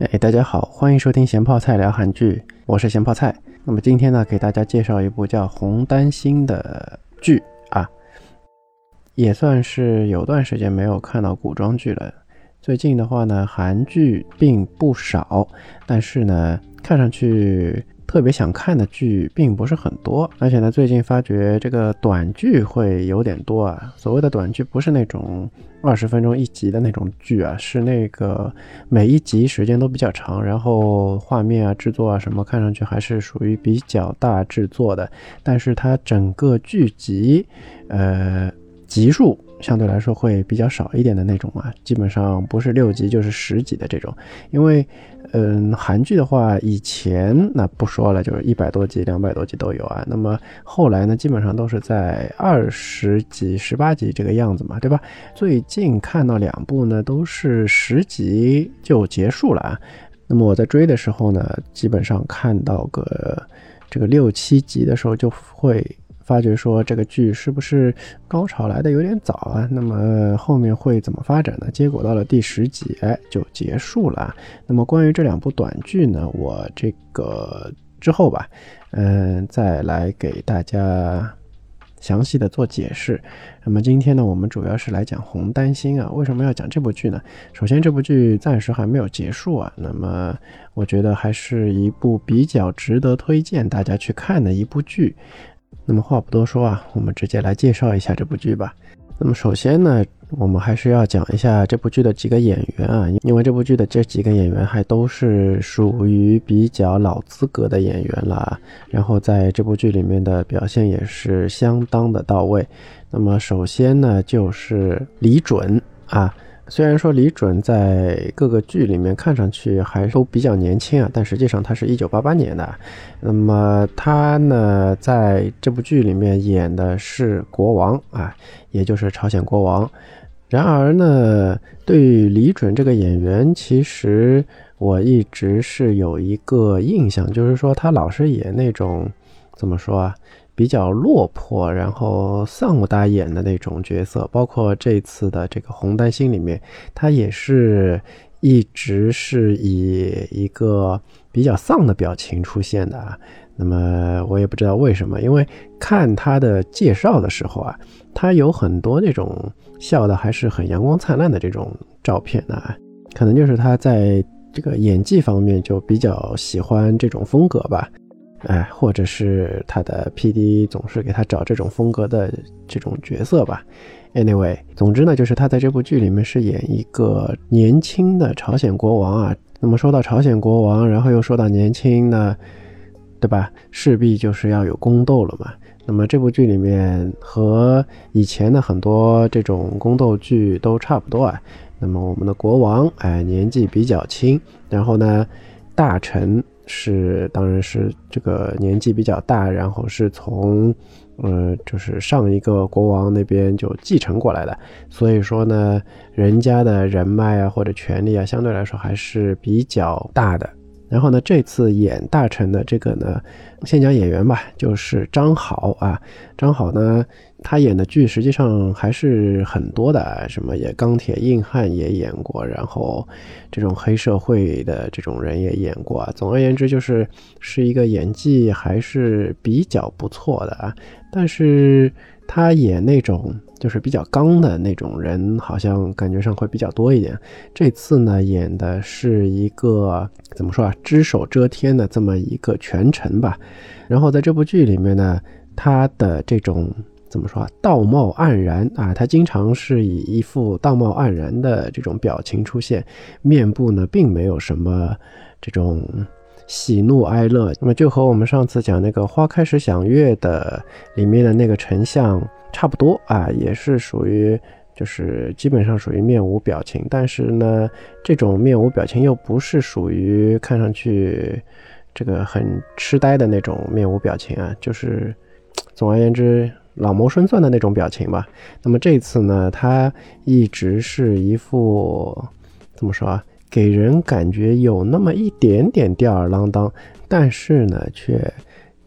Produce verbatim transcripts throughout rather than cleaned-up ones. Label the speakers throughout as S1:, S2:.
S1: 哎，大家好，欢迎收听咸泡菜聊韩剧，我是咸泡菜。那么今天呢，给大家介绍一部叫《红丹心》的剧啊，也算是有段时间没有看到古装剧了。最近的话呢，韩剧并不少，但是呢，看上去特别想看的剧并不是很多，而且呢，最近发觉这个短剧会有点多啊。所谓的短剧不是那种二十分钟一集的那种剧啊，是那个每一集时间都比较长，然后画面啊、制作啊什么看上去还是属于比较大制作的，但是它整个剧集，呃，集数相对来说会比较少一点的那种啊，基本上不是六集就是十集的这种。因为嗯，韩剧的话以前那不说了，就是一百多集两百多集都有啊，那么后来呢基本上都是在二十集十八集这个样子嘛，对吧？最近看到两部呢都是十集就结束了啊。那么我在追的时候呢，基本上看到个这个六七集的时候就会发觉说这个剧是不是高潮来的有点早啊，那么后面会怎么发展呢？结果到了第十集哎就结束了。那么关于这两部短剧呢，我这个之后吧嗯，再来给大家详细的做解释。那么今天呢，我们主要是来讲红丹心啊。为什么要讲这部剧呢？首先这部剧暂时还没有结束啊，那么我觉得还是一部比较值得推荐大家去看的一部剧。那么话不多说啊，我们直接来介绍一下这部剧吧。那么首先呢，我们还是要讲一下这部剧的几个演员啊，因为这部剧的这几个演员还都是属于比较老资格的演员了，然后在这部剧里面的表现也是相当的到位。那么首先呢，就是李准啊。虽然说李准在各个剧里面看上去还都比较年轻啊，但实际上他是一九八八年的。那么他呢，在这部剧里面演的是国王啊，也就是朝鲜国王。然而呢，对于李准这个演员，其实我一直是有一个印象，就是说他老是演那种怎么说啊，比较落魄然后丧不搭眼的那种角色，包括这次的这个红丹心里面，他也是一直是以一个比较丧的表情出现的啊。那么我也不知道为什么，因为看他的介绍的时候啊，他有很多这种笑的还是很阳光灿烂的这种照片啊，可能就是他在这个演技方面就比较喜欢这种风格吧。哎，或者是他的 P D 总是给他找这种风格的这种角色吧。Anyway， 总之呢，就是他在这部剧里面是演一个年轻的朝鲜国王啊。那么说到朝鲜国王，然后又说到年轻呢，对吧？势必就是要有宫斗了嘛。那么这部剧里面和以前的很多这种宫斗剧都差不多啊。那么我们的国王哎年纪比较轻，然后呢大臣是当然是这个年纪比较大，然后是从呃就是上一个国王那边就继承过来的，所以说呢人家的人脉啊或者权力啊相对来说还是比较大的。然后呢这次演大臣的这个呢，先讲演员吧，就是张好啊。张好呢他演的剧实际上还是很多的，什么也钢铁硬汉也演过，然后这种黑社会的这种人也演过啊。总而言之就是是一个演技还是比较不错的啊。但是他演那种就是比较刚的那种人好像感觉上会比较多一点。这次呢演的是一个怎么说啊，只手遮天的这么一个权臣吧。然后在这部剧里面呢，他的这种怎么说啊，道貌岸然啊，他经常是以一副道貌岸然的这种表情出现，面部呢并没有什么这种喜怒哀乐。那么就和我们上次讲那个花开时响月的里面的那个丞相差不多啊，也是属于就是基本上属于面无表情，但是呢这种面无表情又不是属于看上去这个很痴呆的那种面无表情啊，就是总而言之老谋深算的那种表情吧。那么这次呢他一直是一副怎么说啊，给人感觉有那么一点点吊儿郎当，但是呢却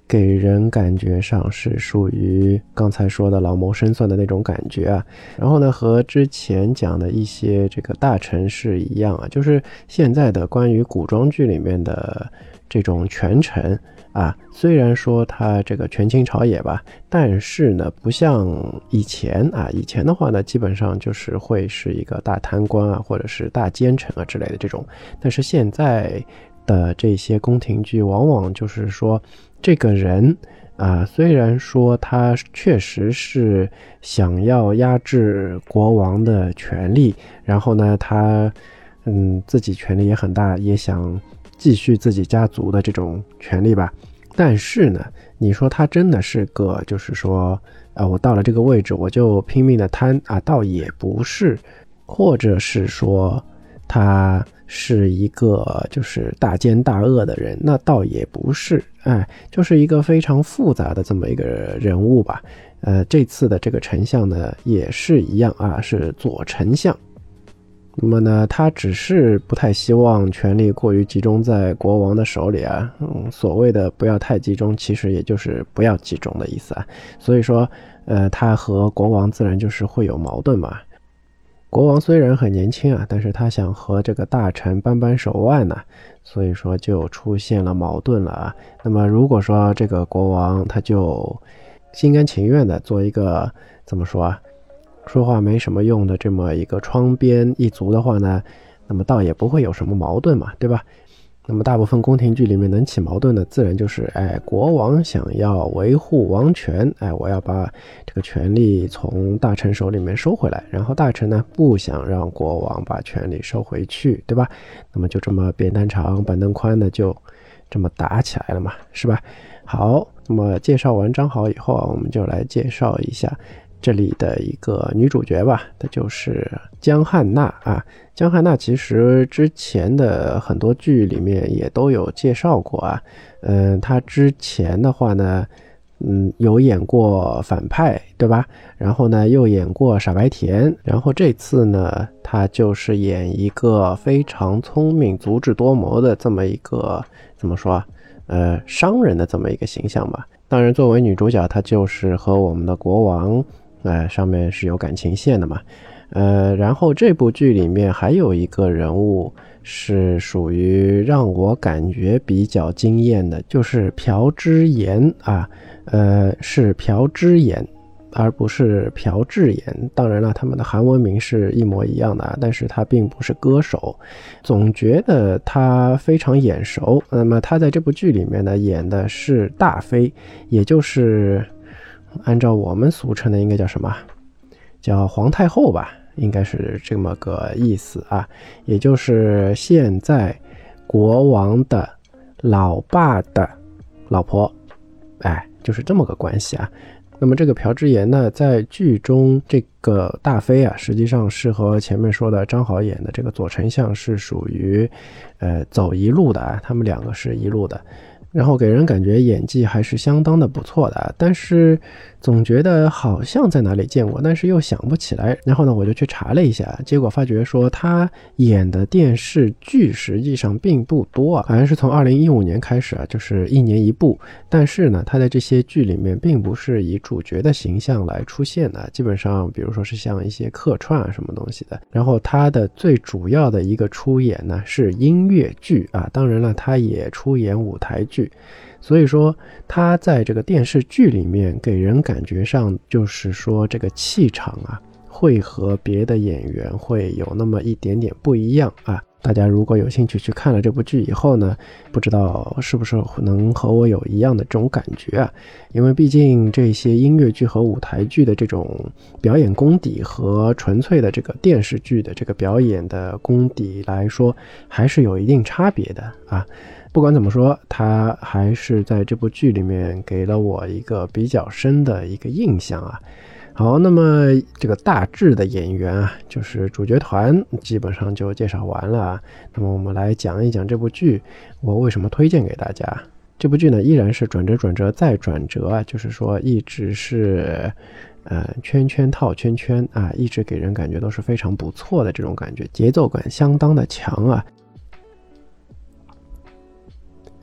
S1: 给人感觉上是属于刚才说的老谋深算的那种感觉啊。然后呢，和之前讲的一些这个大臣是一样啊，就是现在的关于古装剧里面的这种权臣啊，虽然说他这个权倾朝野吧，但是呢，不像以前啊，以前的话呢，基本上就是会是一个大贪官啊，或者是大奸臣啊之类的这种。但是现在的这些宫廷剧，往往就是说，这个人啊，虽然说他确实是想要压制国王的权力，然后呢，他嗯自己权力也很大，也想继续自己家族的这种权利吧。但是呢，你说他真的是个就是说啊，我到了这个位置我就拼命的贪啊，倒也不是。或者是说他是一个就是大奸大恶的人，那倒也不是。哎，就是一个非常复杂的这么一个人物吧。呃，这次的这个丞相呢也是一样啊，是左丞相。那么呢，他只是不太希望权力过于集中在国王的手里啊。嗯，所谓的不要太集中，其实也就是不要集中的意思啊。所以说，呃，他和国王自然就是会有矛盾嘛。国王虽然很年轻啊，但是他想和这个大臣扳扳手腕呢、啊，所以说就出现了矛盾了啊。那么如果说这个国王他就心甘情愿的做一个怎么说啊？说话没什么用的这么一个窗边一族的话呢，那么倒也不会有什么矛盾嘛，对吧？那么大部分宫廷剧里面能起矛盾的，自然就是哎，国王想要维护王权，哎，我要把这个权力从大臣手里面收回来，然后大臣呢不想让国王把权力收回去，对吧？那么就这么扁担长板凳宽的就这么打起来了嘛，是吧？好，那么介绍完张好以后啊，我们就来介绍一下这里的一个女主角吧，她就是江汉娜啊。江汉娜其实之前的很多剧里面也都有介绍过啊。嗯，她之前的话呢，嗯，有演过反派，对吧？然后呢，又演过傻白甜，然后这次呢，她就是演一个非常聪明、足智多谋的这么一个怎么说啊？呃，商人的这么一个形象吧。当然，作为女主角，她就是和我们的国王。呃，上面是有感情线的嘛，呃，然后这部剧里面还有一个人物是属于让我感觉比较惊艳的，就是朴智妍啊，呃，是朴智妍，而不是朴智妍。当然了，他们的韩文名是一模一样的，但是他并不是歌手，总觉得他非常眼熟。那么他在这部剧里面呢，演的是大妃，也就是按照我们俗称的应该叫什么？叫皇太后吧，应该是这么个意思啊。也就是现在国王的老爸的老婆，哎，就是这么个关系啊。那么这个朴智妍呢，在剧中这个大妃啊，实际上是和前面说的张好演的这个左丞相是属于呃走一路的啊，他们两个是一路的。然后给人感觉演技还是相当的不错的，但是总觉得好像在哪里见过，但是又想不起来。然后呢，我就去查了一下，结果发觉说他演的电视剧实际上并不多啊，好像是从二零一五年开始啊，就是一年一部。但是呢，他在这些剧里面并不是以主角的形象来出现的，基本上比如说是像一些客串啊什么东西的。然后他的最主要的一个出演呢是音乐剧啊，当然了，他也出演舞台剧。所以说他在这个电视剧里面给人感觉上就是说这个气场啊会和别的演员会有那么一点点不一样啊。大家如果有兴趣去看了这部剧以后呢，不知道是不是能和我有一样的这种感觉啊？因为毕竟这些音乐剧和舞台剧的这种表演功底和纯粹的这个电视剧的这个表演的功底来说，还是有一定差别的啊。不管怎么说，他还是在这部剧里面给了我一个比较深的一个印象啊。好，那么这个大致的演员啊，就是主角团基本上就介绍完了啊。那么我们来讲一讲这部剧，我为什么推荐给大家。这部剧呢，依然是转折转折再转折啊，就是说一直是呃圈圈套圈圈啊，一直给人感觉都是非常不错的这种感觉，节奏感相当的强啊。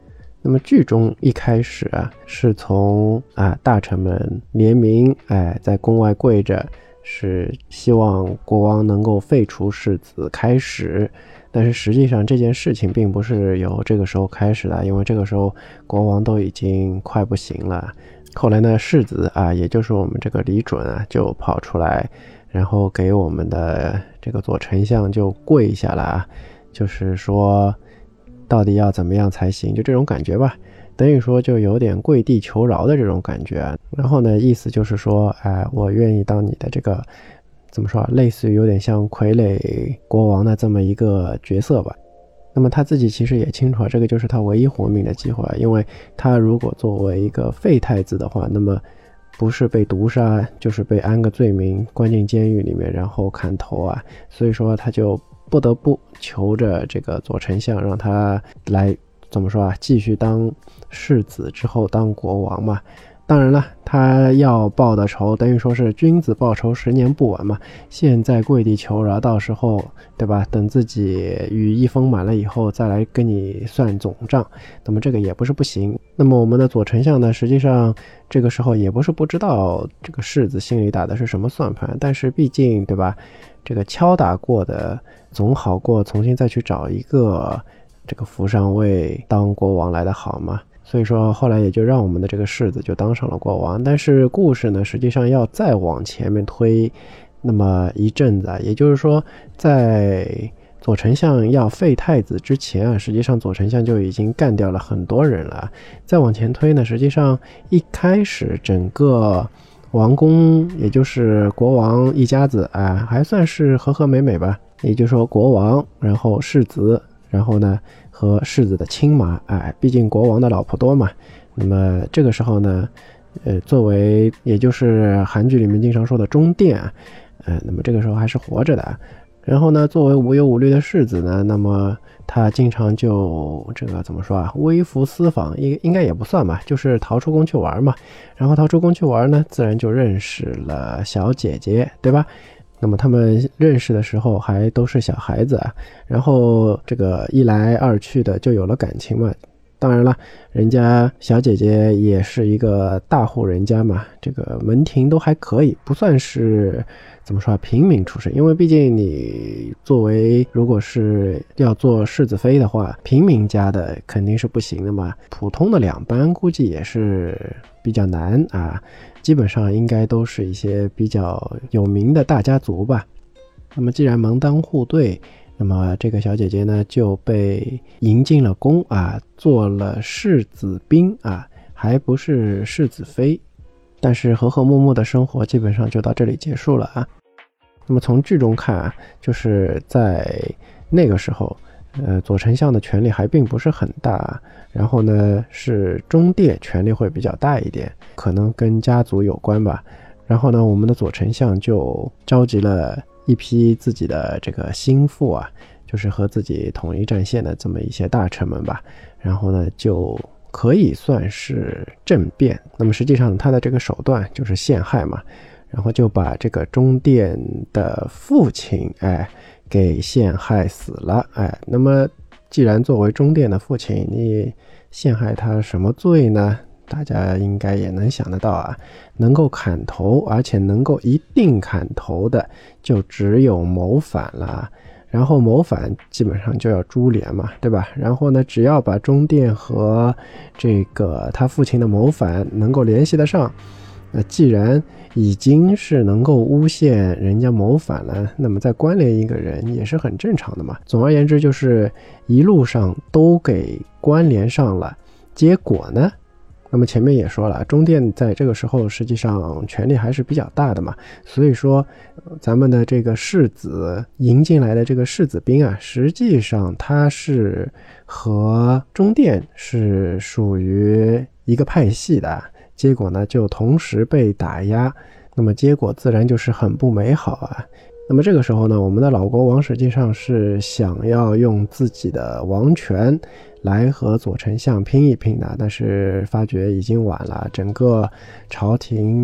S1: 那么剧中一开始啊，是从啊大臣们联名，哎，在宫外跪着，是希望国王能够废除世子开始。但是实际上这件事情并不是由这个时候开始的，因为这个时候国王都已经快不行了。后来呢，世子啊，也就是我们这个李准啊，就跑出来，然后给我们的这个左丞相就跪下了啊，就是说到底要怎么样才行，就这种感觉吧，等于说就有点跪地求饶的这种感觉。然后呢，意思就是说，哎，我愿意当你的这个怎么说啊，类似于有点像傀儡国王的这么一个角色吧。那么他自己其实也清楚，这个就是他唯一活命的机会，因为他如果作为一个废太子的话，那么不是被毒杀，就是被安个罪名关进监狱里面，然后砍头啊。所以说他就不得不求着这个左丞相，让他来怎么说啊，继续当世子之后当国王嘛。当然了，他要报的仇，等于说是君子报仇十年不晚嘛。现在跪地求饶，到时候对吧，等自己羽翼丰满了以后再来跟你算总账，那么这个也不是不行。那么我们的左丞相呢，实际上这个时候也不是不知道这个世子心里打的是什么算盘，但是毕竟对吧，这个敲打过的总好过重新再去找一个这个扶上位当国王来的好嘛。所以说后来也就让我们的这个世子就当上了国王。但是故事呢，实际上要再往前面推那么一阵子啊，也就是说在左丞相要废太子之前啊，实际上左丞相就已经干掉了很多人了。再往前推呢，实际上一开始整个王宫也就是国王一家子啊，还算是和和美美吧，也就是说国王，然后世子，然后呢和世子的亲妈，哎，毕竟国王的老婆多嘛。那么这个时候呢，呃，作为也就是韩剧里面经常说的中殿啊，呃，那么这个时候还是活着的。然后呢，作为无忧无虑的世子呢，那么他经常就这个怎么说啊，微服私访，应应该也不算吧，就是逃出宫去玩嘛。然后逃出宫去玩呢，自然就认识了小姐姐，对吧？那么他们认识的时候还都是小孩子啊，然后这个一来二去的就有了感情嘛。当然了，人家小姐姐也是一个大户人家嘛，这个门庭都还可以，不算是怎么说啊，平民出身。因为毕竟你作为如果是要做世子妃的话，平民家的肯定是不行的嘛，普通的两班估计也是比较难啊。基本上应该都是一些比较有名的大家族吧。那么既然门当户对，那么这个小姐姐呢就被迎进了宫啊，做了世子嫔啊，还不是世子妃。但是和和睦睦的生活基本上就到这里结束了啊。那么从剧中看啊，就是在那个时候呃，左丞相的权力还并不是很大，然后呢是中殿权力会比较大一点，可能跟家族有关吧。然后呢，我们的左丞相就召集了一批自己的这个心腹啊，就是和自己统一战线的这么一些大臣们吧，然后呢就可以算是政变。那么实际上他的这个手段就是陷害嘛，然后就把这个中殿的父亲哎给陷害死了。哎，那么既然作为中殿的父亲，你陷害他什么罪呢？大家应该也能想得到啊，能够砍头，而且能够一定砍头的就只有谋反了。然后谋反基本上就要株连嘛，对吧？然后呢，只要把中殿和这个他父亲的谋反能够联系得上，那既然已经是能够诬陷人家谋反了，那么再关联一个人也是很正常的嘛。总而言之，就是一路上都给关联上了。结果呢，那么前面也说了，中殿在这个时候实际上权力还是比较大的嘛，所以说咱们的这个世子迎进来的这个世子嫔啊，实际上他是和中殿是属于一个派系的，结果呢就同时被打压，那么结果自然就是很不美好啊。那么这个时候呢，我们的老国王实际上是想要用自己的王权来和左丞相拼一拼的，但是发觉已经晚了，整个朝廷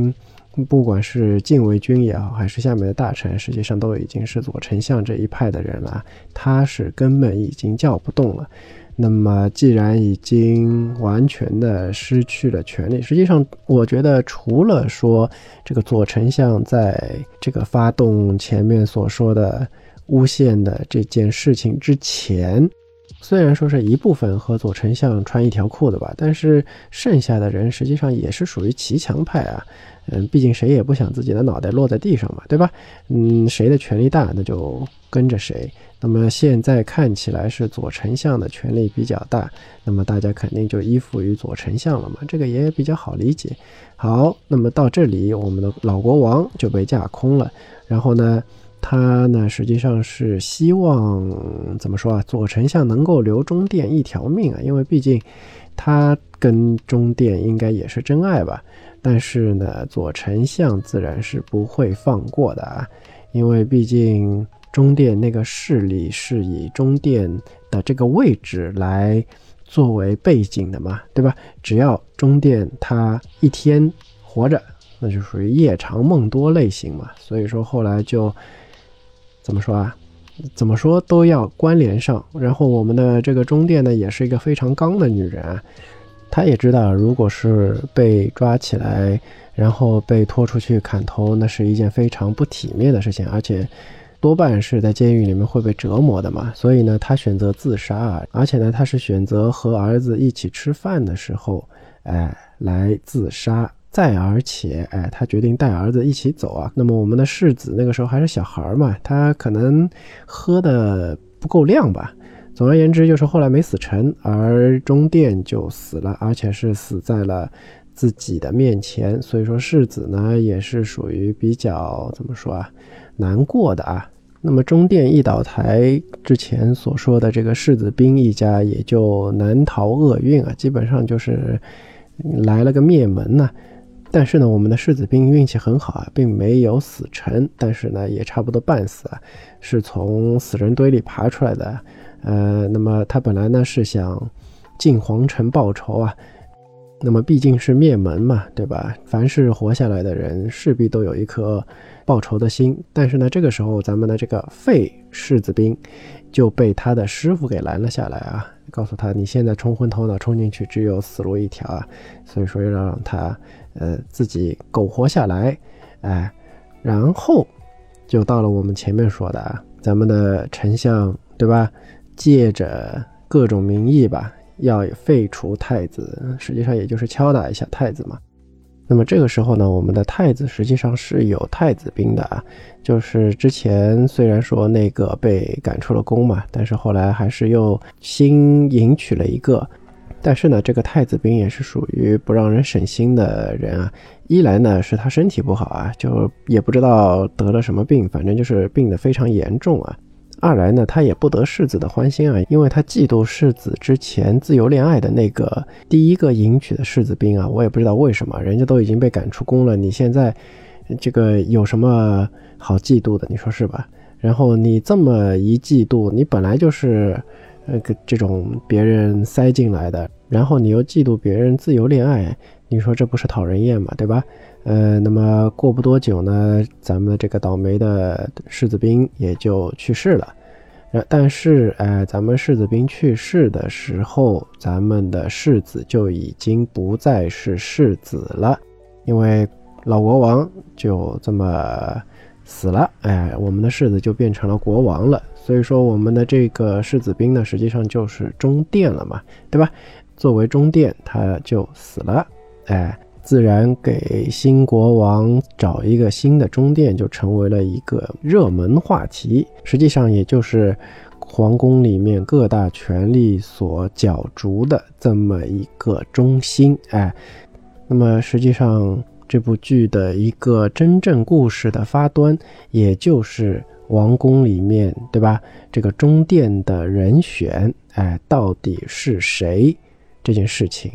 S1: 不管是禁卫军也好，还是下面的大臣，实际上都已经是左丞相这一派的人了，他是根本已经叫不动了。那么既然已经完全的失去了权力，实际上我觉得除了说这个左丞相在这个发动前面所说的诬陷的这件事情之前，虽然说是一部分和左丞相穿一条裤的吧，但是剩下的人实际上也是属于骑墙派啊。嗯，毕竟谁也不想自己的脑袋落在地上嘛，对吧？嗯，谁的权力大，那就跟着谁。那么现在看起来是左丞相的权力比较大，那么大家肯定就依附于左丞相了嘛，这个也比较好理解。好，那么到这里，我们的老国王就被架空了。然后呢，他呢实际上是希望怎么说啊？左丞相能够留中殿一条命啊，因为毕竟他跟中殿应该也是真爱吧。但是呢，左丞相自然是不会放过的啊，因为毕竟中殿那个势力是以中殿的这个位置来作为背景的嘛，对吧？只要中殿他一天活着，那就属于夜长梦多类型嘛。所以说后来就怎么说啊？怎么说都要关联上。然后我们的这个中殿呢，也是一个非常刚的女人啊。他也知道，如果是被抓起来，然后被拖出去砍头，那是一件非常不体面的事情，而且多半是在监狱里面会被折磨的嘛。所以呢，他选择自杀，而且呢，他是选择和儿子一起吃饭的时候，哎，来自杀。再而且，哎，他决定带儿子一起走啊。那么我们的世子那个时候还是小孩嘛，他可能喝的不够量吧。总而言之，就是后来没死成，而中殿就死了，而且是死在了自己的面前。所以说世子呢也是属于比较怎么说啊，难过的啊。那么中殿一倒台之前所说的这个世子兵一家也就难逃厄运啊，基本上就是来了个灭门呢、啊。但是呢，我们的世子兵运气很好啊，并没有死成，但是呢也差不多半死啊，是从死人堆里爬出来的。呃，那么他本来呢是想进皇城报仇啊，那么毕竟是灭门嘛，对吧？凡是活下来的人，势必都有一颗报仇的心。但是呢，这个时候咱们的这个废世子兵就被他的师傅给拦了下来啊，告诉他你现在冲昏头脑冲进去，只有死路一条啊，所以说要让他呃自己苟活下来，哎，然后就到了我们前面说的啊，咱们的丞相，对吧？借着各种名义吧，要废除太子，实际上也就是敲打一下太子嘛。那么这个时候呢，我们的太子实际上是有太子兵的啊，就是之前虽然说那个被赶出了宫嘛，但是后来还是又新迎娶了一个。但是呢，这个太子兵也是属于不让人省心的人啊。一来呢是他身体不好啊，就也不知道得了什么病，反正就是病得非常严重啊。二来呢，他也不得世子的欢心啊，因为他嫉妒世子之前自由恋爱的那个第一个迎娶的世子兵啊，我也不知道为什么，人家都已经被赶出宫了，你现在这个有什么好嫉妒的，你说是吧？然后你这么一嫉妒，你本来就是呃这种别人塞进来的，然后你又嫉妒别人自由恋爱，你说这不是讨人厌嘛，对吧？呃，那么过不多久呢，咱们的这个倒霉的世子兵也就去世了。但是，哎，咱们世子兵去世的时候，咱们的世子就已经不再是世子了，因为老国王就这么死了，哎，我们的世子就变成了国王了。所以说，我们的这个世子兵呢，实际上就是中殿了嘛，对吧？作为中殿，他就死了，哎。自然给新国王找一个新的中殿就成为了一个热门话题，实际上也就是皇宫里面各大权力所角逐的这么一个中心。哎，那么实际上这部剧的一个真正故事的发端，也就是王宫里面，对吧？这个中殿的人选，哎，到底是谁这件事情。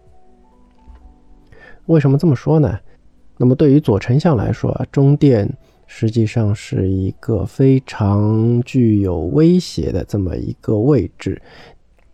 S1: 为什么这么说呢？那么对于左丞相来说啊，中殿实际上是一个非常具有威胁的这么一个位置。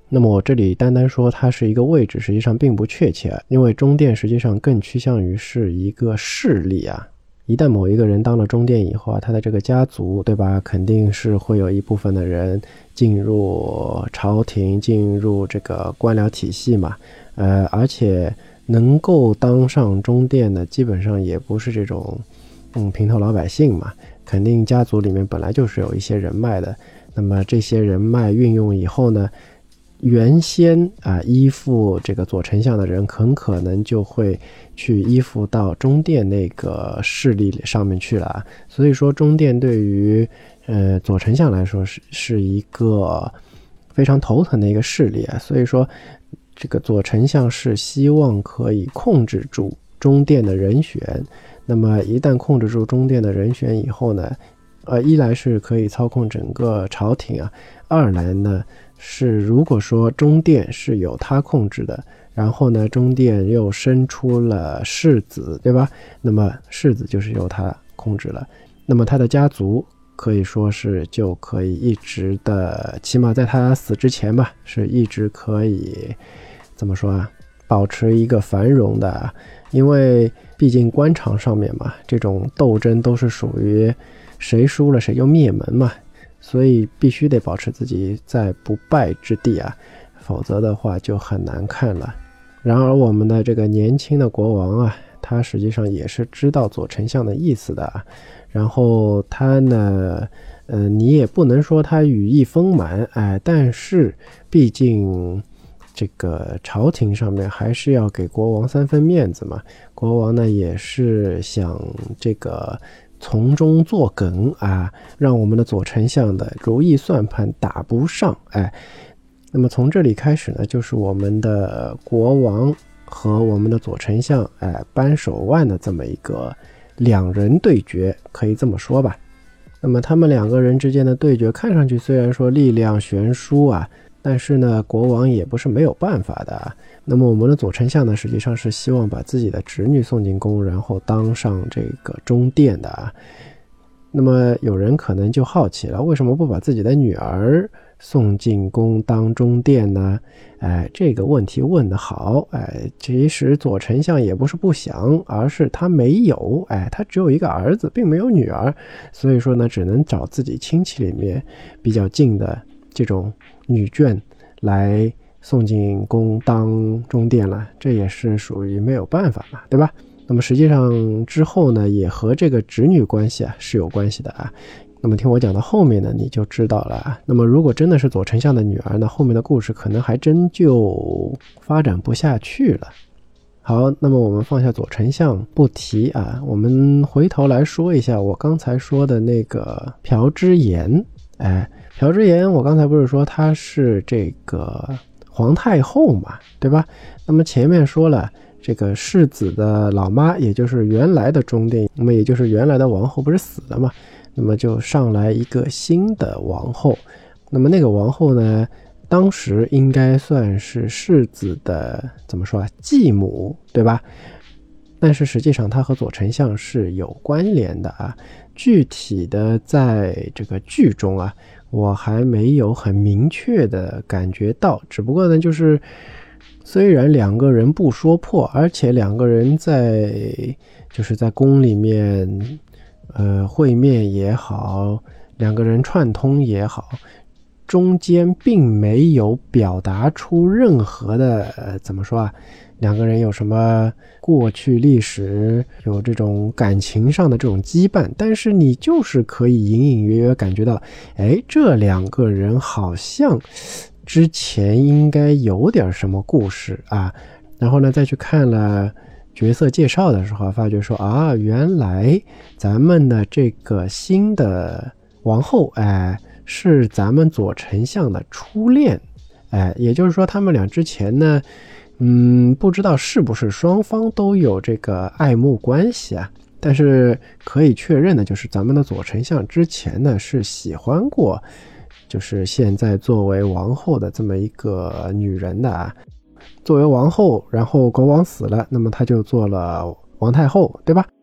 S1: 那么我这里单单说它是一个位置，实际上并不确切，因为中殿实际上更趋向于是一个势力啊。一旦某一个人当了中殿以后啊，他的这个家族，对吧，肯定是会有一部分的人进入朝廷，进入这个官僚体系嘛。呃，而且能够当上中殿的，基本上也不是这种嗯平头老百姓嘛，肯定家族里面本来就是有一些人脉的。那么这些人脉运用以后呢，原先啊依附这个左丞相的人很可能就会去依附到中殿那个势力上面去了啊。所以说中殿对于呃左丞相来说是是一个非常头疼的一个势力啊。所以说这个左丞相是希望可以控制住中殿的人选，那么一旦控制住中殿的人选以后呢，呃一来是可以操控整个朝廷啊，二来呢是如果说中殿是由他控制的，然后呢中殿又生出了世子，对吧，那么世子就是由他控制了，那么他的家族可以说是就可以一直的，起码在他死之前吧，是一直可以怎么说啊，保持一个繁荣的。因为毕竟官场上面嘛，这种斗争都是属于谁输了谁就灭门嘛，所以必须得保持自己在不败之地啊，否则的话就很难看了。然而我们的这个年轻的国王啊，他实际上也是知道左丞相的意思的啊，然后他呢呃，你也不能说他羽翼丰满，哎，但是毕竟这个朝廷上面还是要给国王三分面子嘛，国王呢也是想这个从中作梗啊，让我们的左丞相的如意算盘打不上。哎，那么从这里开始呢，就是我们的国王和我们的左丞相哎扳手腕的这么一个两人对决，可以这么说吧。那么他们两个人之间的对决看上去虽然说力量悬殊啊，但是呢国王也不是没有办法的啊。那么我们的左丞相呢，实际上是希望把自己的侄女送进宫，然后当上这个中殿的啊。那么有人可能就好奇了，为什么不把自己的女儿送进宫当中殿呢？哎，这个问题问得好。哎，其实左丞相也不是不想，而是他没有，哎，他只有一个儿子，并没有女儿，所以说呢，只能找自己亲戚里面比较近的这种女眷来送进宫当中殿了，这也是属于没有办法嘛，对吧？那么实际上之后呢，也和这个侄女关系啊是有关系的啊。那么听我讲到后面呢，你就知道了啊。那么如果真的是左丞相的女儿呢，后面的故事可能还真就发展不下去了。好，那么我们放下左丞相不提啊，我们回头来说一下我刚才说的那个朴之言。哎，朴之言我刚才不是说他是这个皇太后嘛，对吧？那么前面说了，这个世子的老妈，也就是原来的中殿，那么也就是原来的王后不是死了嘛，那么就上来一个新的王后。那么那个王后呢，当时应该算是世子的怎么说啊，继母，对吧？但是实际上她和左丞相是有关联的啊。具体的在这个剧中啊，我还没有很明确的感觉到，只不过呢就是虽然两个人不说破，而且两个人在就是在宫里面呃会面也好，两个人串通也好，中间并没有表达出任何的呃怎么说啊，两个人有什么过去历史，有这种感情上的这种羁绊，但是你就是可以隐隐约约感觉到，哎，这两个人好像之前应该有点什么故事啊。然后呢再去看了角色介绍的时候，发觉说啊，原来咱们的这个新的王后哎是咱们左丞相的初恋。哎，也就是说他们俩之前呢嗯，不知道是不是双方都有这个爱慕关系啊，但是可以确认的就是咱们的左丞相之前呢是喜欢过就是现在作为王后的这么一个女人的啊。作为王后，然后国王死了，那么她就做了王太后，对吧？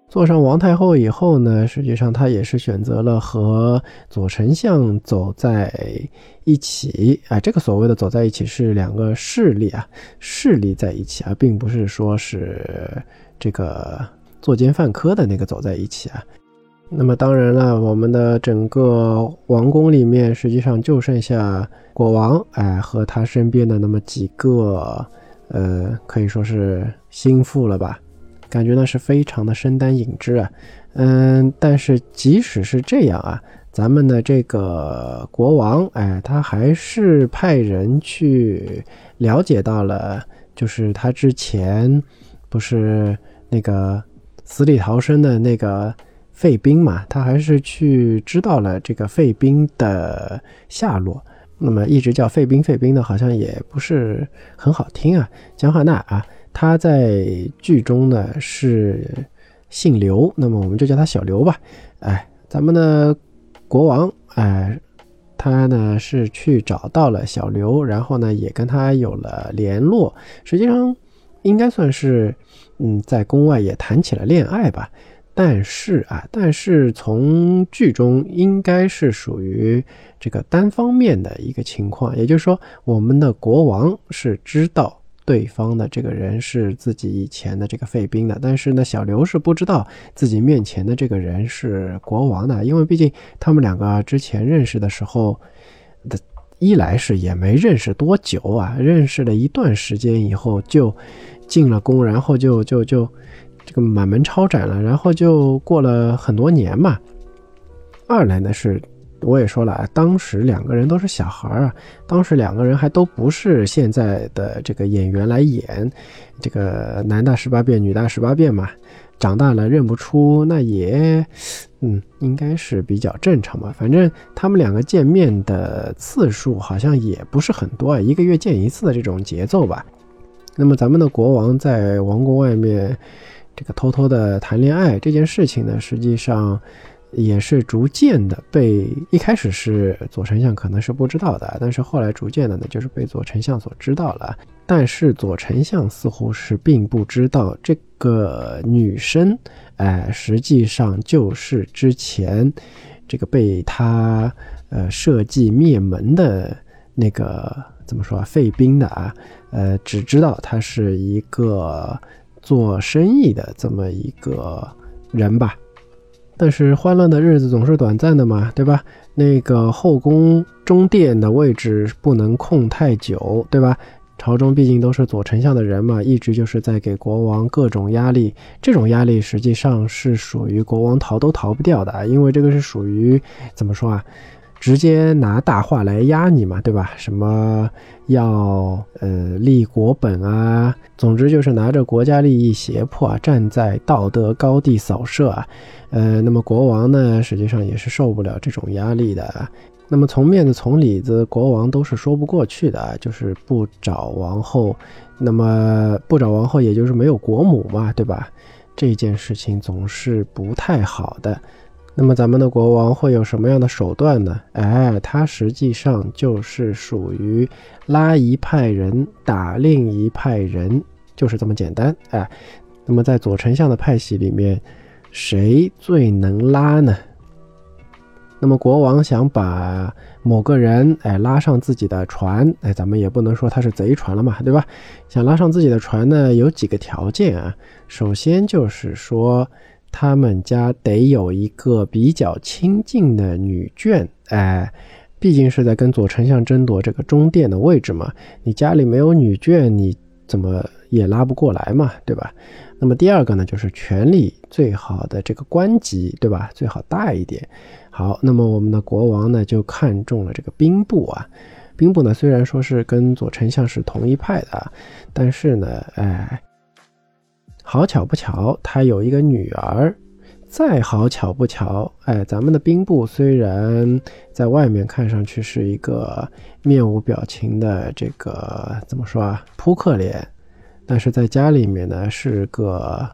S1: 坐上王太后以后呢，实际上他也是选择了和左丞相走在一起啊。这个所谓的走在一起是两个势力啊，势力在一起啊，并不是说是这个作奸犯科的那个走在一起啊。那么当然了，我们的整个王宫里面实际上就剩下国王哎和他身边的那么几个呃可以说是心腹了吧，感觉呢是非常的身单影只啊。嗯，但是即使是这样啊，咱们的这个国王哎他还是派人去了解到了，就是他之前不是那个死里逃生的那个废兵嘛，他还是去知道了这个废兵的下落。那么一直叫废兵废兵的好像也不是很好听啊。江汉娜啊，他在剧中呢是姓刘，那么我们就叫他小刘吧。哎，咱们的国王哎，他呢是去找到了小刘，然后呢也跟他有了联络，实际上应该算是嗯在宫外也谈起了恋爱吧。但是啊，但是从剧中应该是属于这个单方面的一个情况，也就是说，我们的国王是知道对方的这个人是自己以前的这个废兵的，但是呢，小刘是不知道自己面前的这个人是国王的，因为毕竟他们两个之前认识的时候的，一来是也没认识多久啊，认识了一段时间以后就进了宫，然后就就就。这个满门抄斩了，然后就过了很多年嘛。二来呢是我也说了，当时两个人都是小孩啊，当时两个人还都不是现在的这个演员来演，这个男大十八变女大十八变嘛，长大了认不出，那也嗯应该是比较正常嘛。反正他们两个见面的次数好像也不是很多啊，一个月见一次的这种节奏吧。那么咱们的国王在王宫外面这个偷偷的谈恋爱这件事情呢，实际上也是逐渐的被，一开始是左丞相可能是不知道的，但是后来逐渐的呢，就是被左丞相所知道了。但是左丞相似乎是并不知道这个女生，哎，实际上就是之前这个被他呃设计灭门的那个怎么说啊，废兵的啊，呃，只知道他是一个做生意的这么一个人吧。但是欢乐的日子总是短暂的嘛，对吧？那个后宫中殿的位置不能空太久，对吧？朝中毕竟都是左丞相的人嘛，一直就是在给国王各种压力，这种压力实际上是属于国王逃都逃不掉的，因为这个是属于怎么说啊，直接拿大话来压你嘛，对吧？什么要呃立国本啊，总之就是拿着国家利益胁迫啊，站在道德高地扫射啊。呃，那么国王呢，实际上也是受不了这种压力的。那么从面子从里子，国王都是说不过去的，就是不找王后，那么不找王后也就是没有国母嘛，对吧？这件事情总是不太好的。那么咱们的国王会有什么样的手段呢？哎，他实际上就是属于拉一派人打另一派人，就是这么简单。哎，那么在左丞相的派系里面，谁最能拉呢？那么国王想把某个人哎拉上自己的船，哎，咱们也不能说他是贼船了嘛，对吧？想拉上自己的船呢，有几个条件啊。首先就是说，他们家得有一个比较亲近的女眷，哎，毕竟是在跟左丞相争夺这个中殿的位置嘛，你家里没有女眷，你怎么也拉不过来嘛，对吧？那么第二个呢，就是权力最好的这个官级，对吧？最好大一点。好，那么我们的国王呢，就看中了这个兵部啊。兵部呢，虽然说是跟左丞相是同一派的，但是呢，哎，好巧不巧，他有一个女儿。再好巧不巧，哎，咱们的兵部虽然在外面看上去是一个面无表情的这个怎么说啊，扑克脸，但是在家里面呢是个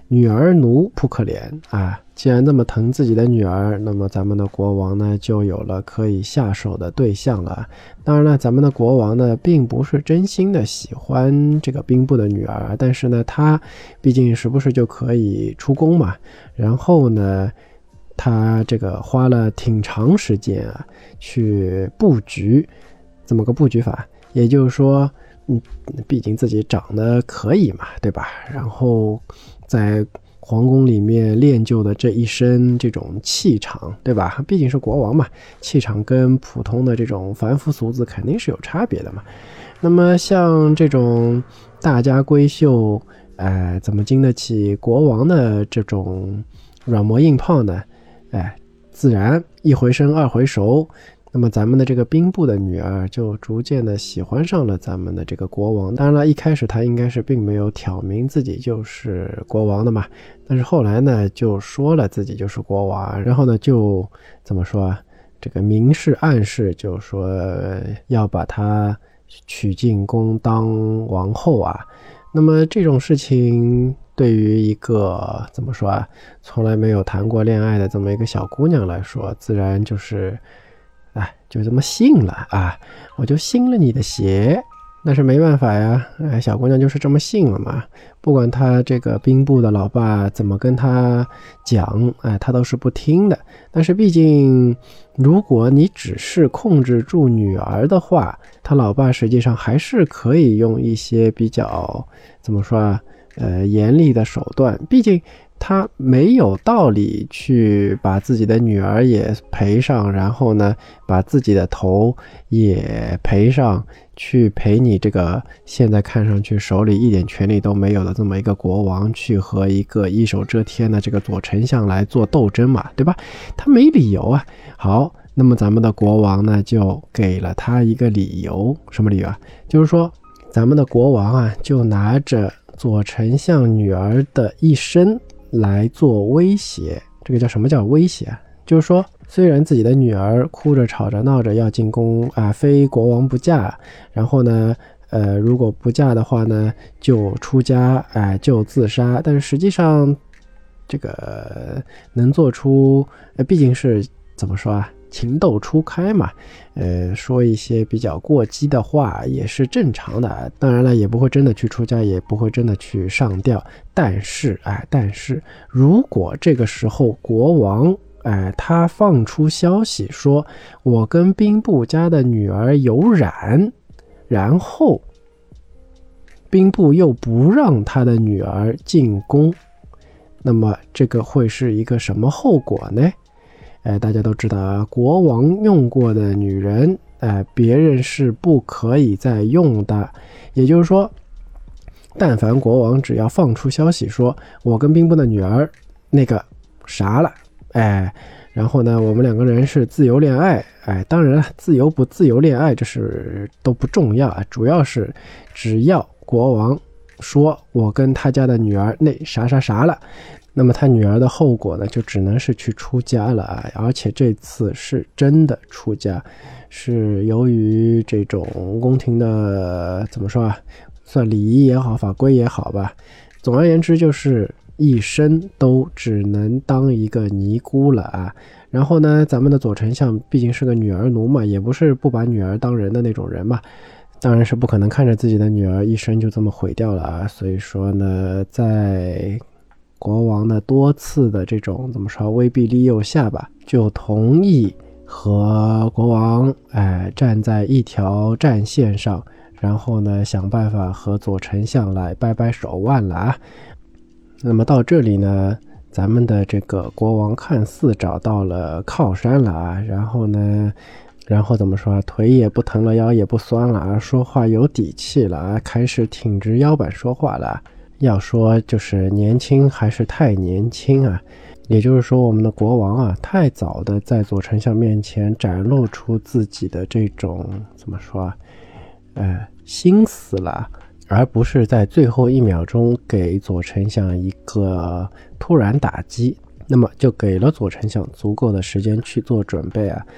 S1: 女儿奴扑克脸啊，既然这么疼自己的女儿，那么咱们的国王呢就有了可以下手的对象了。当然了，咱们的国王呢并不是真心的喜欢这个兵部的女儿，但是呢他毕竟时不时就可以出宫嘛，然后呢他这个花了挺长时间啊去布局，这么个布局法，也就是说嗯，毕竟自己长得可以嘛，对吧？然后在皇宫里面练就的这一身这种气场，对吧？毕竟是国王嘛，气场跟普通的这种凡夫俗子肯定是有差别的嘛。那么像这种大家闺秀，哎，怎么经得起国王的这种软磨硬泡呢？哎，自然一回生二回熟。那么咱们的这个兵部的女儿就逐渐的喜欢上了咱们的这个国王。当然了，一开始她应该是并没有挑明自己就是国王的嘛，但是后来呢就说了自己就是国王，然后呢就怎么说啊，这个明示暗示就说要把她娶进宫当王后啊。那么这种事情对于一个怎么说啊，从来没有谈过恋爱的这么一个小姑娘来说，自然就是哎，就这么信了啊，我就信了你的邪。但是没办法呀，哎，小姑娘就是这么信了嘛。不管她这个兵部的老爸怎么跟她讲，哎，她都是不听的。但是毕竟，如果你只是控制住女儿的话，她老爸实际上还是可以用一些比较怎么说啊，呃，严厉的手段。毕竟他没有道理去把自己的女儿也陪上，然后呢把自己的头也陪上，去陪你这个现在看上去手里一点权力都没有的这么一个国王去和一个一手遮天的这个左丞相来做斗争嘛，对吧？他没理由啊。好，那么咱们的国王呢就给了他一个理由。什么理由啊？就是说咱们的国王啊就拿着左丞相女儿的一生来做威胁。这个叫什么叫威胁啊？就是说虽然自己的女儿哭着吵着闹着要进宫啊，非国王不嫁，然后呢呃，如果不嫁的话呢就出家，哎、呃，就自杀，但是实际上这个能做出呃，毕竟是怎么说啊，情窦初开嘛，呃，说一些比较过激的话也是正常的。当然了，也不会真的去出家，也不会真的去上吊。但是，哎，但是如果这个时候国王，哎，他放出消息说，我跟兵部家的女儿有染，然后兵部又不让他的女儿进宫，那么这个会是一个什么后果呢？哎，大家都知道啊，国王用过的女人，哎，别人是不可以再用的。也就是说，但凡国王只要放出消息说，我跟兵部的女儿那个啥了，哎，然后呢，我们两个人是自由恋爱，哎，当然了，自由不自由恋爱这是都不重要啊，主要是只要国王说我跟他家的女儿那啥啥啥了，那么他女儿的后果呢，就只能是去出家了啊！而且这次是真的出家，是由于这种宫廷的怎么说啊，算礼仪也好，法规也好吧。总而言之，就是一生都只能当一个尼姑了啊。然后呢，咱们的左丞相毕竟是个女儿奴嘛，也不是不把女儿当人的那种人嘛。当然是不可能看着自己的女儿一生就这么毁掉了啊。所以说呢，在国王的多次的这种怎么说威逼利诱下吧，就同意和国王哎站在一条战线上，然后呢想办法和左丞相来掰掰手腕了啊。那么到这里呢，咱们的这个国王看似找到了靠山了啊，然后呢然后怎么说啊，腿也不疼了，腰也不酸了啊，说话有底气了啊，开始挺直腰板说话了。要说就是年轻还是太年轻啊，也就是说我们的国王啊太早的在左丞相面前展露出自己的这种怎么说啊呃心思了，而不是在最后一秒钟给左丞相一个突然打击，那么就给了左丞相足够的时间去做准备啊。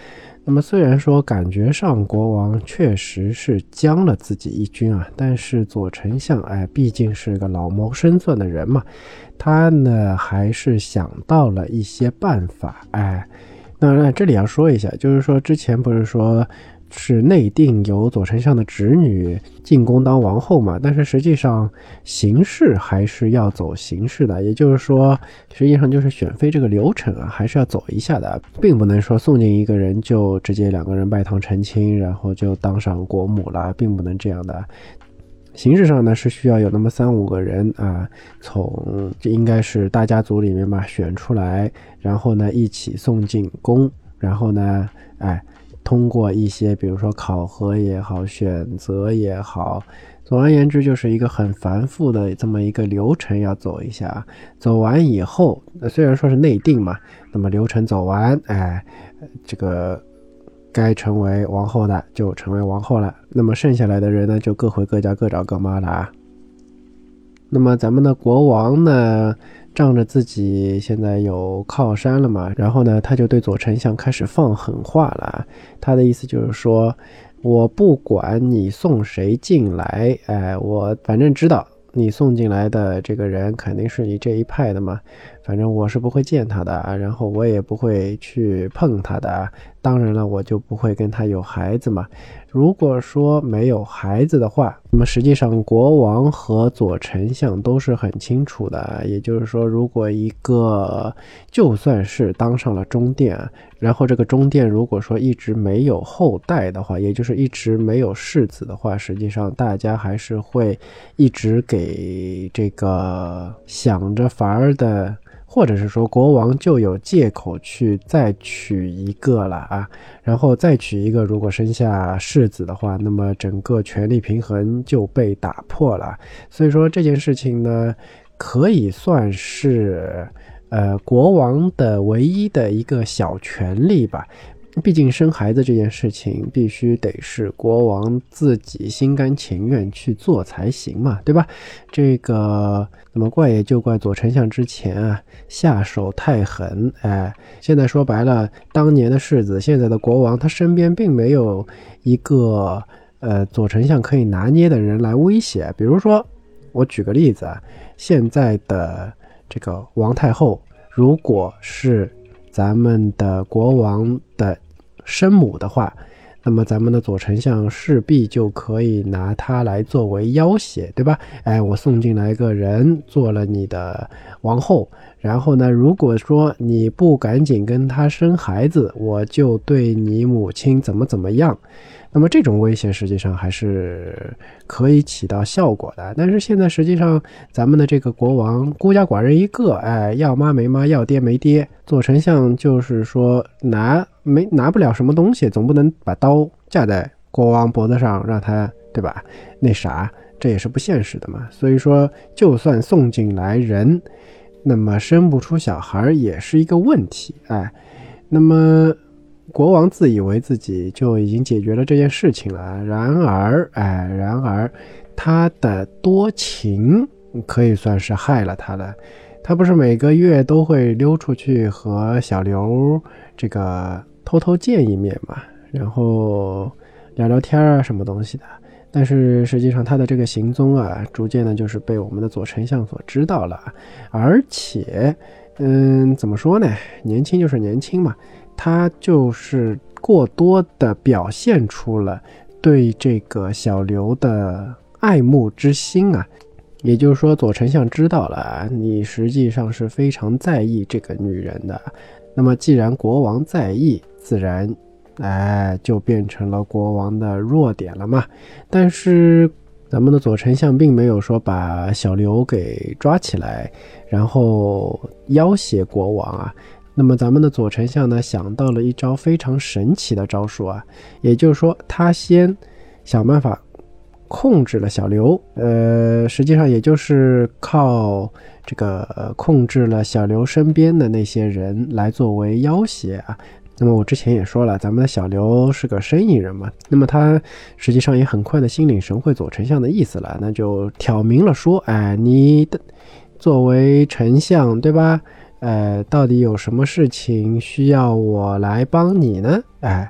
S1: 那么虽然说感觉上国王确实是将了自己一军啊，但是左丞相哎，毕竟是个老谋深算的人嘛，他呢还是想到了一些办法。哎，那这里要说一下，就是说之前不是说是内定由左丞相的侄女进宫当王后嘛，但是实际上形式还是要走形式的，也就是说实际上就是选妃这个流程啊还是要走一下的，并不能说送进一个人就直接两个人拜堂成亲然后就当上国母了，并不能这样的。形式上呢是需要有那么三五个人啊，从这应该是大家族里面嘛选出来，然后呢一起送进宫，然后呢哎通过一些比如说考核也好选择也好，总而言之就是一个很繁复的这么一个流程要走一下。走完以后虽然说是内定嘛，那么流程走完哎，这个该成为王后的就成为王后了，那么剩下来的人呢就各回各家各找各妈了啊。那么咱们的国王呢仗着自己现在有靠山了嘛，然后呢他就对左丞相开始放狠话了。他的意思就是说，我不管你送谁进来，哎，我反正知道你送进来的这个人肯定是你这一派的嘛，反正我是不会见他的，然后我也不会去碰他的，当然了我就不会跟他有孩子嘛。如果说没有孩子的话，那么实际上国王和左丞相都是很清楚的，也就是说如果一个就算是当上了中殿，然后这个中殿如果说一直没有后代的话，也就是一直没有世子的话，实际上大家还是会一直给这个想着法儿的，或者是说国王就有借口去再娶一个了啊，然后再娶一个，如果生下世子的话，那么整个权力平衡就被打破了。所以说这件事情呢可以算是呃国王的唯一的一个小权利吧，毕竟生孩子这件事情必须得是国王自己心甘情愿去做才行嘛，对吧？这个那么怪也就怪左丞相之前啊下手太狠，哎，现在说白了，当年的世子，现在的国王，他身边并没有一个呃左丞相可以拿捏的人来威胁。比如说我举个例子啊，现在的这个王太后如果是咱们的国王的生母的话，那么咱们的左丞相势必就可以拿他来作为要挟，对吧？哎，我送进来一个人做了你的王后，然后呢如果说你不赶紧跟他生孩子，我就对你母亲怎么怎么样。那么这种威胁实际上还是可以起到效果的。但是现在实际上咱们的这个国王孤家寡人一个，哎，要妈没妈，要爹没爹，左丞相就是说拿没拿不了什么东西，总不能把刀架在国王脖子上让他，对吧？那啥，这也是不现实的嘛。所以说就算送进来人，那么生不出小孩也是一个问题。哎，那么国王自以为自己就已经解决了这件事情了，然而哎，然而他的多情可以算是害了他了。他不是每个月都会溜出去和小刘这个偷偷见一面嘛，然后聊聊天啊什么东西的，但是实际上他的这个行踪啊逐渐的就是被我们的左丞相所知道了。而且嗯，怎么说呢，年轻就是年轻嘛，他就是过多的表现出了对这个小刘的爱慕之心啊。也就是说左丞相知道了你实际上是非常在意这个女人的，那么既然国王在意，自然哎就变成了国王的弱点了嘛。但是咱们的左丞相并没有说把小刘给抓起来然后要挟国王啊。那么咱们的左丞相呢想到了一招非常神奇的招数啊，也就是说他先想办法控制了小刘，呃，实际上也就是靠这个、呃、控制了小刘身边的那些人来作为要挟啊。那么我之前也说了，咱们的小刘是个生意人嘛，那么他实际上也很快的心领神会左丞相的意思了，那就挑明了说，哎，你的作为丞相，对吧？呃，到底有什么事情需要我来帮你呢？哎，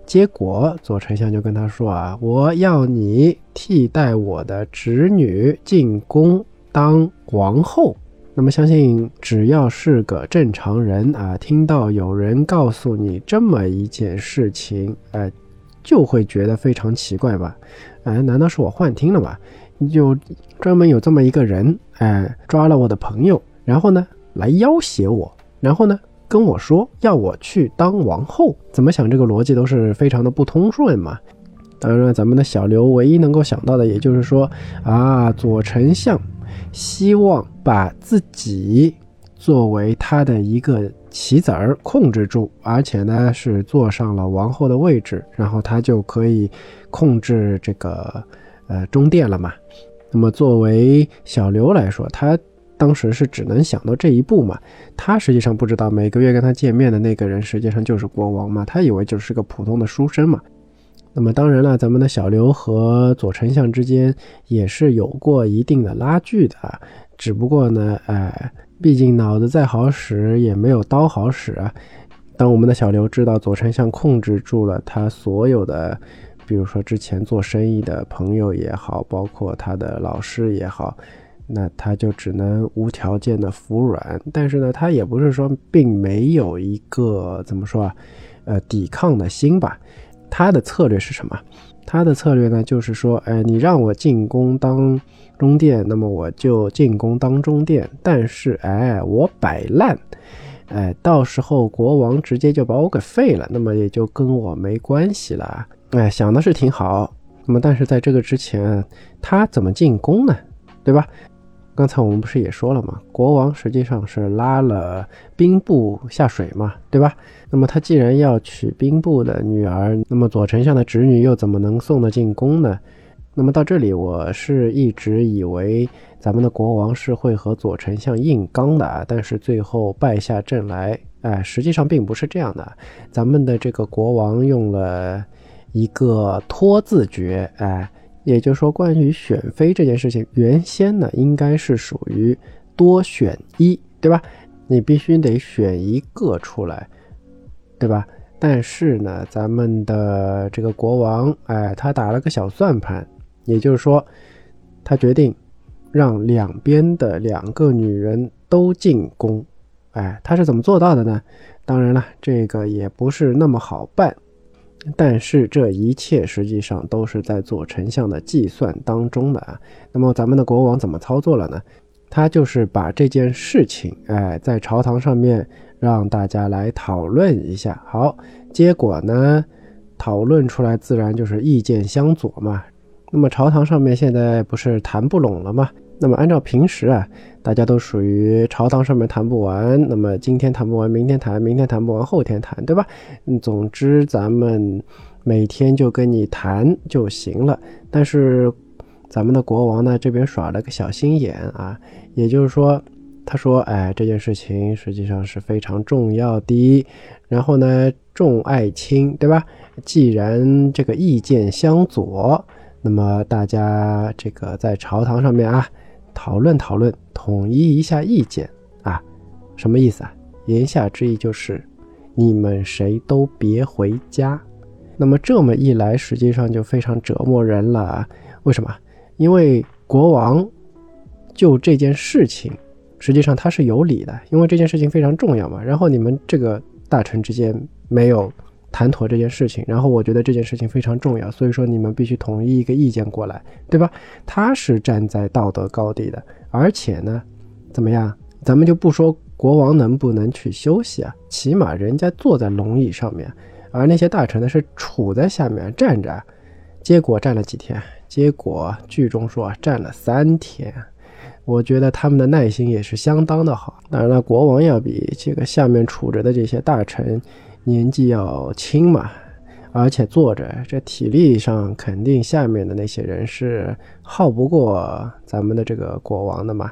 S1: 结果左丞相就跟他说啊，我要你替代我的侄女进宫当王后。那么相信只要是个正常人啊，听到有人告诉你这么一件事情，呃，就会觉得非常奇怪吧？哎，难道是我幻听了吗？就专门有这么一个人，哎，抓了我的朋友，然后呢来要挟我，然后呢跟我说要我去当王后，怎么想这个逻辑都是非常的不通顺嘛。当然咱们的小刘唯一能够想到的也就是说啊，左丞相希望把自己作为他的一个棋子儿控制住，而且呢是坐上了王后的位置，然后他就可以控制这个呃中殿了嘛。那么作为小刘来说，他当时是只能想到这一步嘛，他实际上不知道每个月跟他见面的那个人实际上就是国王嘛，他以为就是个普通的书生嘛。那么当然了，咱们的小刘和左丞相之间也是有过一定的拉锯的，只不过呢，哎，毕竟脑子再好使也没有刀好使啊。当我们的小刘知道左丞相控制住了他所有的，比如说之前做生意的朋友也好，包括他的老师也好，那他就只能无条件的服软。但是呢，他也不是说并没有一个怎么说啊，呃，抵抗的心吧。他的策略是什么？他的策略呢，就是说，哎，你让我进宫当中殿，那么我就进宫当中殿，但是，哎，我摆烂，哎，到时候国王直接就把我给废了，那么也就跟我没关系了。哎，想的是挺好，那么但是在这个之前，他怎么进宫呢？对吧？刚才我们不是也说了吗？国王实际上是拉了兵部下水嘛，对吧？那么他既然要娶兵部的女儿，那么左丞相的侄女又怎么能送得进宫呢？那么到这里，我是一直以为咱们的国王是会和左丞相硬刚的，但是最后败下阵来，哎，实际上并不是这样的。咱们的这个国王用了一个拖字诀，哎。也就是说，关于选妃这件事情，原先呢应该是属于多选一，对吧？你必须得选一个出来，对吧？但是呢，咱们的这个国王，哎，他打了个小算盘，也就是说，他决定让两边的两个女人都进宫。哎，他是怎么做到的呢？当然了，这个也不是那么好办。但是这一切实际上都是在左丞相的计算当中的啊。那么咱们的国王怎么操作了呢？他就是把这件事情，哎，在朝堂上面让大家来讨论一下。好，结果呢，讨论出来自然就是意见相左嘛。那么朝堂上面现在不是谈不拢了吗？那么按照平时啊，大家都属于朝堂上面谈不完，那么今天谈不完，明天谈，明天谈不完，后天谈，对吧？嗯，总之咱们每天就跟你谈就行了。但是咱们的国王呢，这边耍了个小心眼啊，也就是说，他说，哎，这件事情实际上是非常重要的，然后呢，重爱轻，对吧？既然这个意见相左，那么大家这个在朝堂上面啊，讨论讨论，统一一下意见啊，什么意思啊？言下之意就是你们谁都别回家。那么这么一来，实际上就非常折磨人了啊。为什么？因为国王就这件事情，实际上他是有理的，因为这件事情非常重要嘛。然后你们这个大臣之间没有谈妥这件事情，然后我觉得这件事情非常重要，所以说你们必须统一一个意见过来，对吧？他是站在道德高地的，而且呢，怎么样？咱们就不说国王能不能去休息啊，起码人家坐在龙椅上面，而那些大臣呢是杵在下面站着，结果站了几天？结果剧中说啊，站了三天。我觉得他们的耐心也是相当的好。当然了，国王要比这个下面杵着的这些大臣年纪要轻嘛，而且坐着，这体力上肯定下面的那些人是耗不过咱们的这个国王的嘛。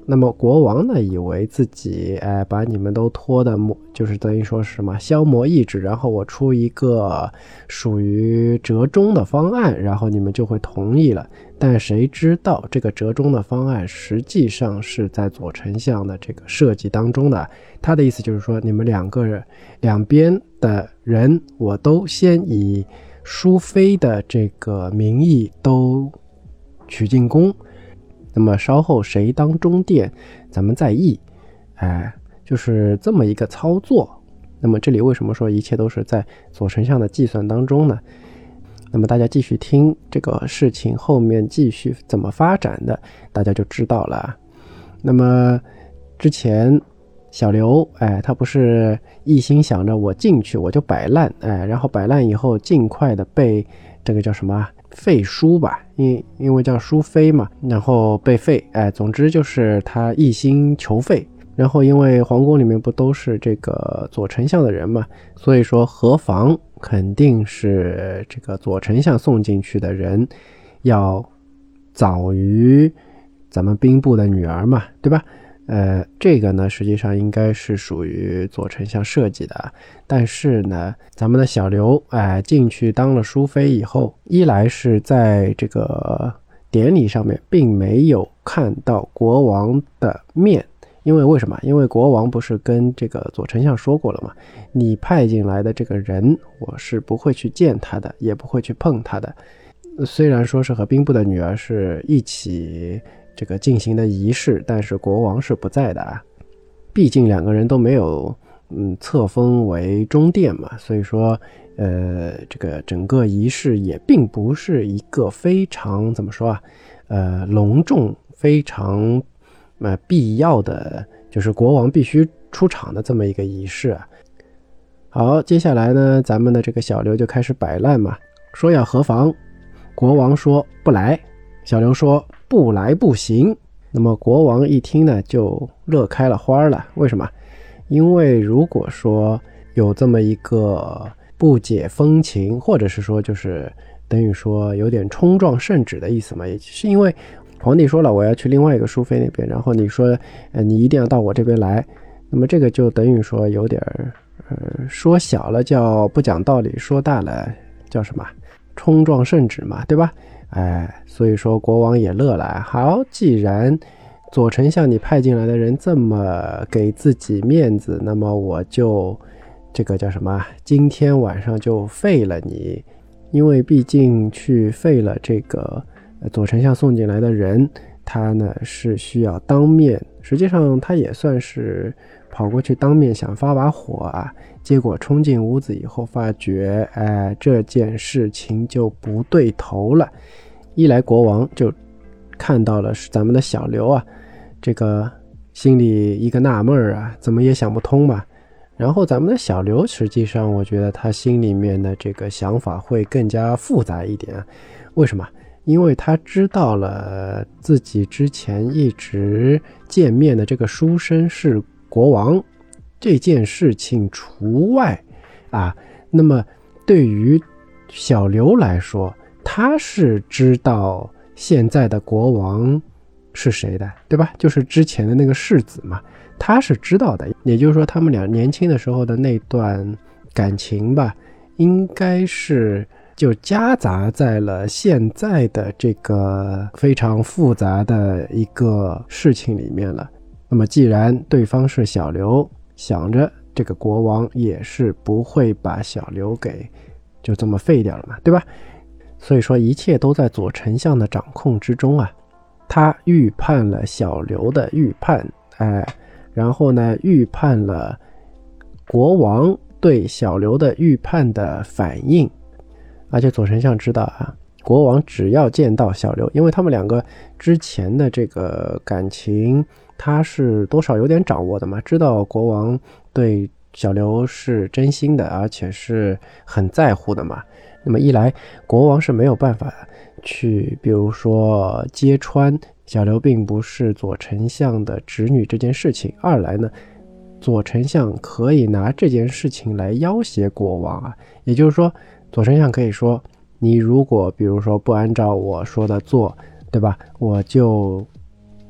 S1: 那么国王呢，以为自己哎把你们都拖的就是等于说是什么消磨意志，然后我出一个属于折中的方案，然后你们就会同意了。但谁知道这个折中的方案实际上是在左丞相的这个设计当中的。他的意思就是说，你们两个人两边的人，我都先以淑妃的这个名义都取进宫，那么稍后谁当中殿，咱们再议。哎，就是这么一个操作。那么这里为什么说一切都是在左丞相的计算当中呢？那么大家继续听这个事情后面继续怎么发展的，大家就知道了。那么之前小刘，哎，他不是一心想着我进去我就摆烂，哎，然后摆烂以后尽快的被这个叫什么废淑吧，因因为叫淑妃嘛，然后被废，哎，总之就是他一心求废。然后因为皇宫里面不都是这个左丞相的人嘛，所以说河房肯定是这个左丞相送进去的人要早于咱们兵部的女儿嘛，对吧？呃，这个呢实际上应该是属于左丞相设计的，但是呢咱们的小刘哎进去当了淑妃以后，一来是在这个典礼上面并没有看到国王的面，因为为什么？因为国王不是跟这个左丞相说过了吗？你派进来的这个人我是不会去见他的，也不会去碰他的。虽然说是和兵部的女儿是一起这个进行的仪式，但是国王是不在的啊。毕竟两个人都没有嗯册封为中殿嘛，所以说呃这个整个仪式也并不是一个非常怎么说啊呃隆重非常呃必要的，就是国王必须出场的这么一个仪式啊。好，接下来呢咱们的这个小刘就开始摆烂嘛，说要合房，国王说不来，小刘说不来不行。那么国王一听呢就乐开了花了，为什么？因为如果说有这么一个不解风情，或者是说就是等于说有点冲撞圣旨的意思嘛，也是因为皇帝说了我要去另外一个淑妃那边，然后你说呃你一定要到我这边来，那么这个就等于说有点呃说小了叫不讲道理，说大了叫什么冲撞圣旨嘛，对吧？哎，所以说国王也乐了。好，既然左丞相你派进来的人这么给自己面子，那么我就这个叫什么今天晚上就废了你。因为毕竟去废了这个左丞相送进来的人，他呢是需要当面，实际上他也算是跑过去当面想发把火啊，结果冲进屋子以后发觉哎，这件事情就不对头了。一来国王就看到了咱们的小刘啊，这个心里一个纳闷啊，怎么也想不通嘛。然后咱们的小刘实际上我觉得他心里面的这个想法会更加复杂一点啊。为什么？因为他知道了自己之前一直见面的这个书生是国王这件事情除外啊，那么对于小刘来说，他是知道现在的国王是谁的，对吧？就是之前的那个世子嘛，他是知道的。也就是说他们俩年轻的时候的那段感情吧，应该是就夹杂在了现在的这个非常复杂的一个事情里面了。那么既然对方是小刘，想着这个国王也是不会把小刘给就这么废掉了嘛，对吧？所以说一切都在左丞相的掌控之中啊。他预判了小刘的预判，哎，然后呢预判了国王对小刘的预判的反应。而且左丞相知道啊，国王只要见到小刘，因为他们两个之前的这个感情他是多少有点掌握的嘛，知道国王对小刘是真心的，而且是很在乎的嘛。那么一来国王是没有办法去比如说揭穿小刘并不是左丞相的侄女这件事情，二来呢左丞相可以拿这件事情来要挟国王啊。也就是说左丞相可以说，你如果比如说不按照我说的做，对吧，我就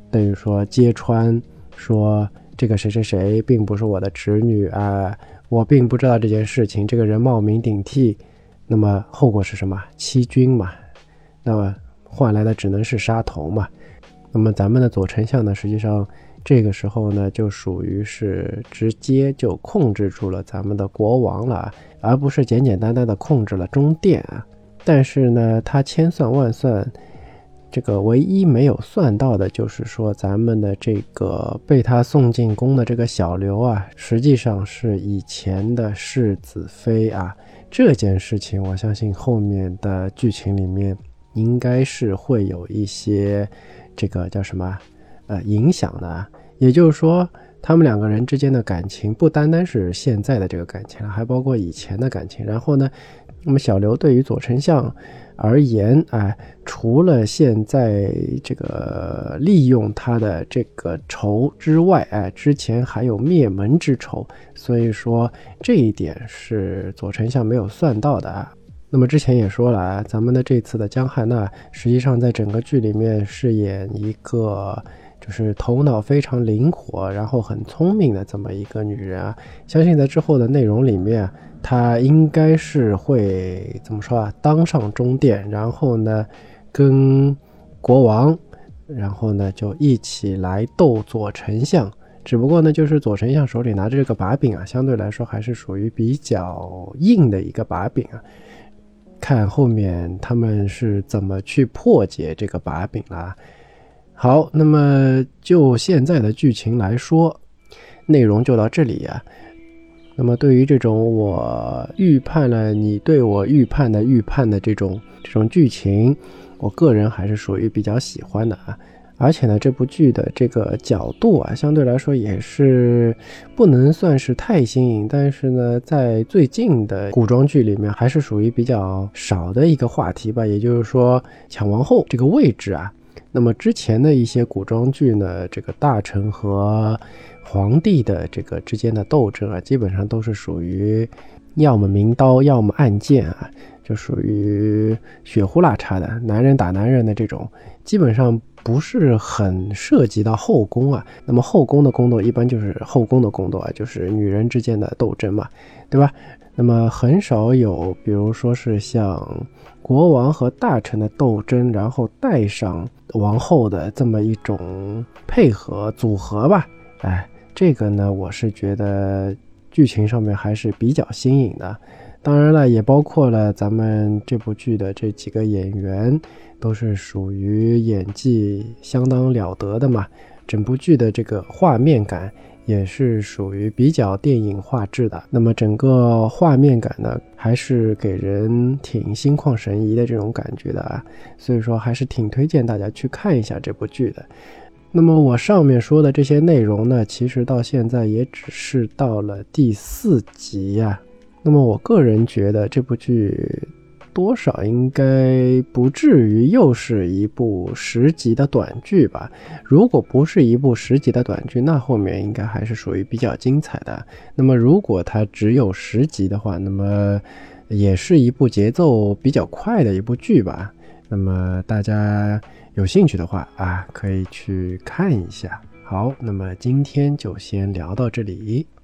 S1: 等于说揭穿说这个谁谁谁并不是我的侄女啊，我并不知道这件事情，这个人冒名顶替，那么后果是什么？欺君嘛，那么换来的只能是杀头嘛。那么咱们的左丞相呢，实际上这个时候呢就属于是直接就控制住了咱们的国王了，而不是简简单单的控制了中殿啊。但是呢他千算万算，这个唯一没有算到的就是说咱们的这个被他送进宫的这个小刘啊，实际上是以前的世子妃啊。这件事情我相信后面的剧情里面应该是会有一些这个叫什么呃影响的。也就是说他们两个人之间的感情不单单是现在的这个感情了，还包括以前的感情。然后呢，那么小刘对于左丞相而言，哎，除了现在这个利用他的这个仇之外，哎，之前还有灭门之仇，所以说这一点是左丞相没有算到的啊。那么之前也说了啊，咱们的这次的江汉娜实际上在整个剧里面饰演一个就是头脑非常灵活，然后很聪明的这么一个女人啊。相信在之后的内容里面，她应该是会怎么说啊，当上中殿，然后呢跟国王，然后呢就一起来斗左丞相。只不过呢就是左丞相手里拿着这个把柄啊，相对来说还是属于比较硬的一个把柄啊，看后面他们是怎么去破解这个把柄啦。好，那么就现在的剧情来说，内容就到这里啊。那么对于这种我预判了你对我预判的预判的这种这种剧情，我个人还是属于比较喜欢的啊。而且呢，这部剧的这个角度啊，相对来说也是不能算是太新颖，但是呢，在最近的古装剧里面还是属于比较少的一个话题吧。也就是说，抢王后这个位置啊，那么之前的一些古装剧呢，这个大臣和皇帝的这个之间的斗争啊，基本上都是属于要么明刀要么暗箭啊，就属于血呼啦叉的男人打男人的这种，基本上不是很涉及到后宫啊。那么后宫的宫斗一般就是后宫的宫斗啊，就是女人之间的斗争嘛，对吧？那么很少有比如说是像国王和大臣的斗争，然后带上王后的这么一种配合组合吧。哎，这个呢我是觉得剧情上面还是比较新颖的。当然了，也包括了咱们这部剧的这几个演员都是属于演技相当了得的嘛，整部剧的这个画面感也是属于比较电影画质的。那么整个画面感呢，还是给人挺心旷神怡的这种感觉的啊，所以说还是挺推荐大家去看一下这部剧的。那么我上面说的这些内容呢，其实到现在也只是到了第四集呀、啊。那么我个人觉得这部剧多少应该不至于又是一部十集的短剧吧。如果不是一部十集的短剧，那后面应该还是属于比较精彩的。那么如果它只有十集的话，那么也是一部节奏比较快的一部剧吧。那么大家有兴趣的话啊，可以去看一下。好，那么今天就先聊到这里。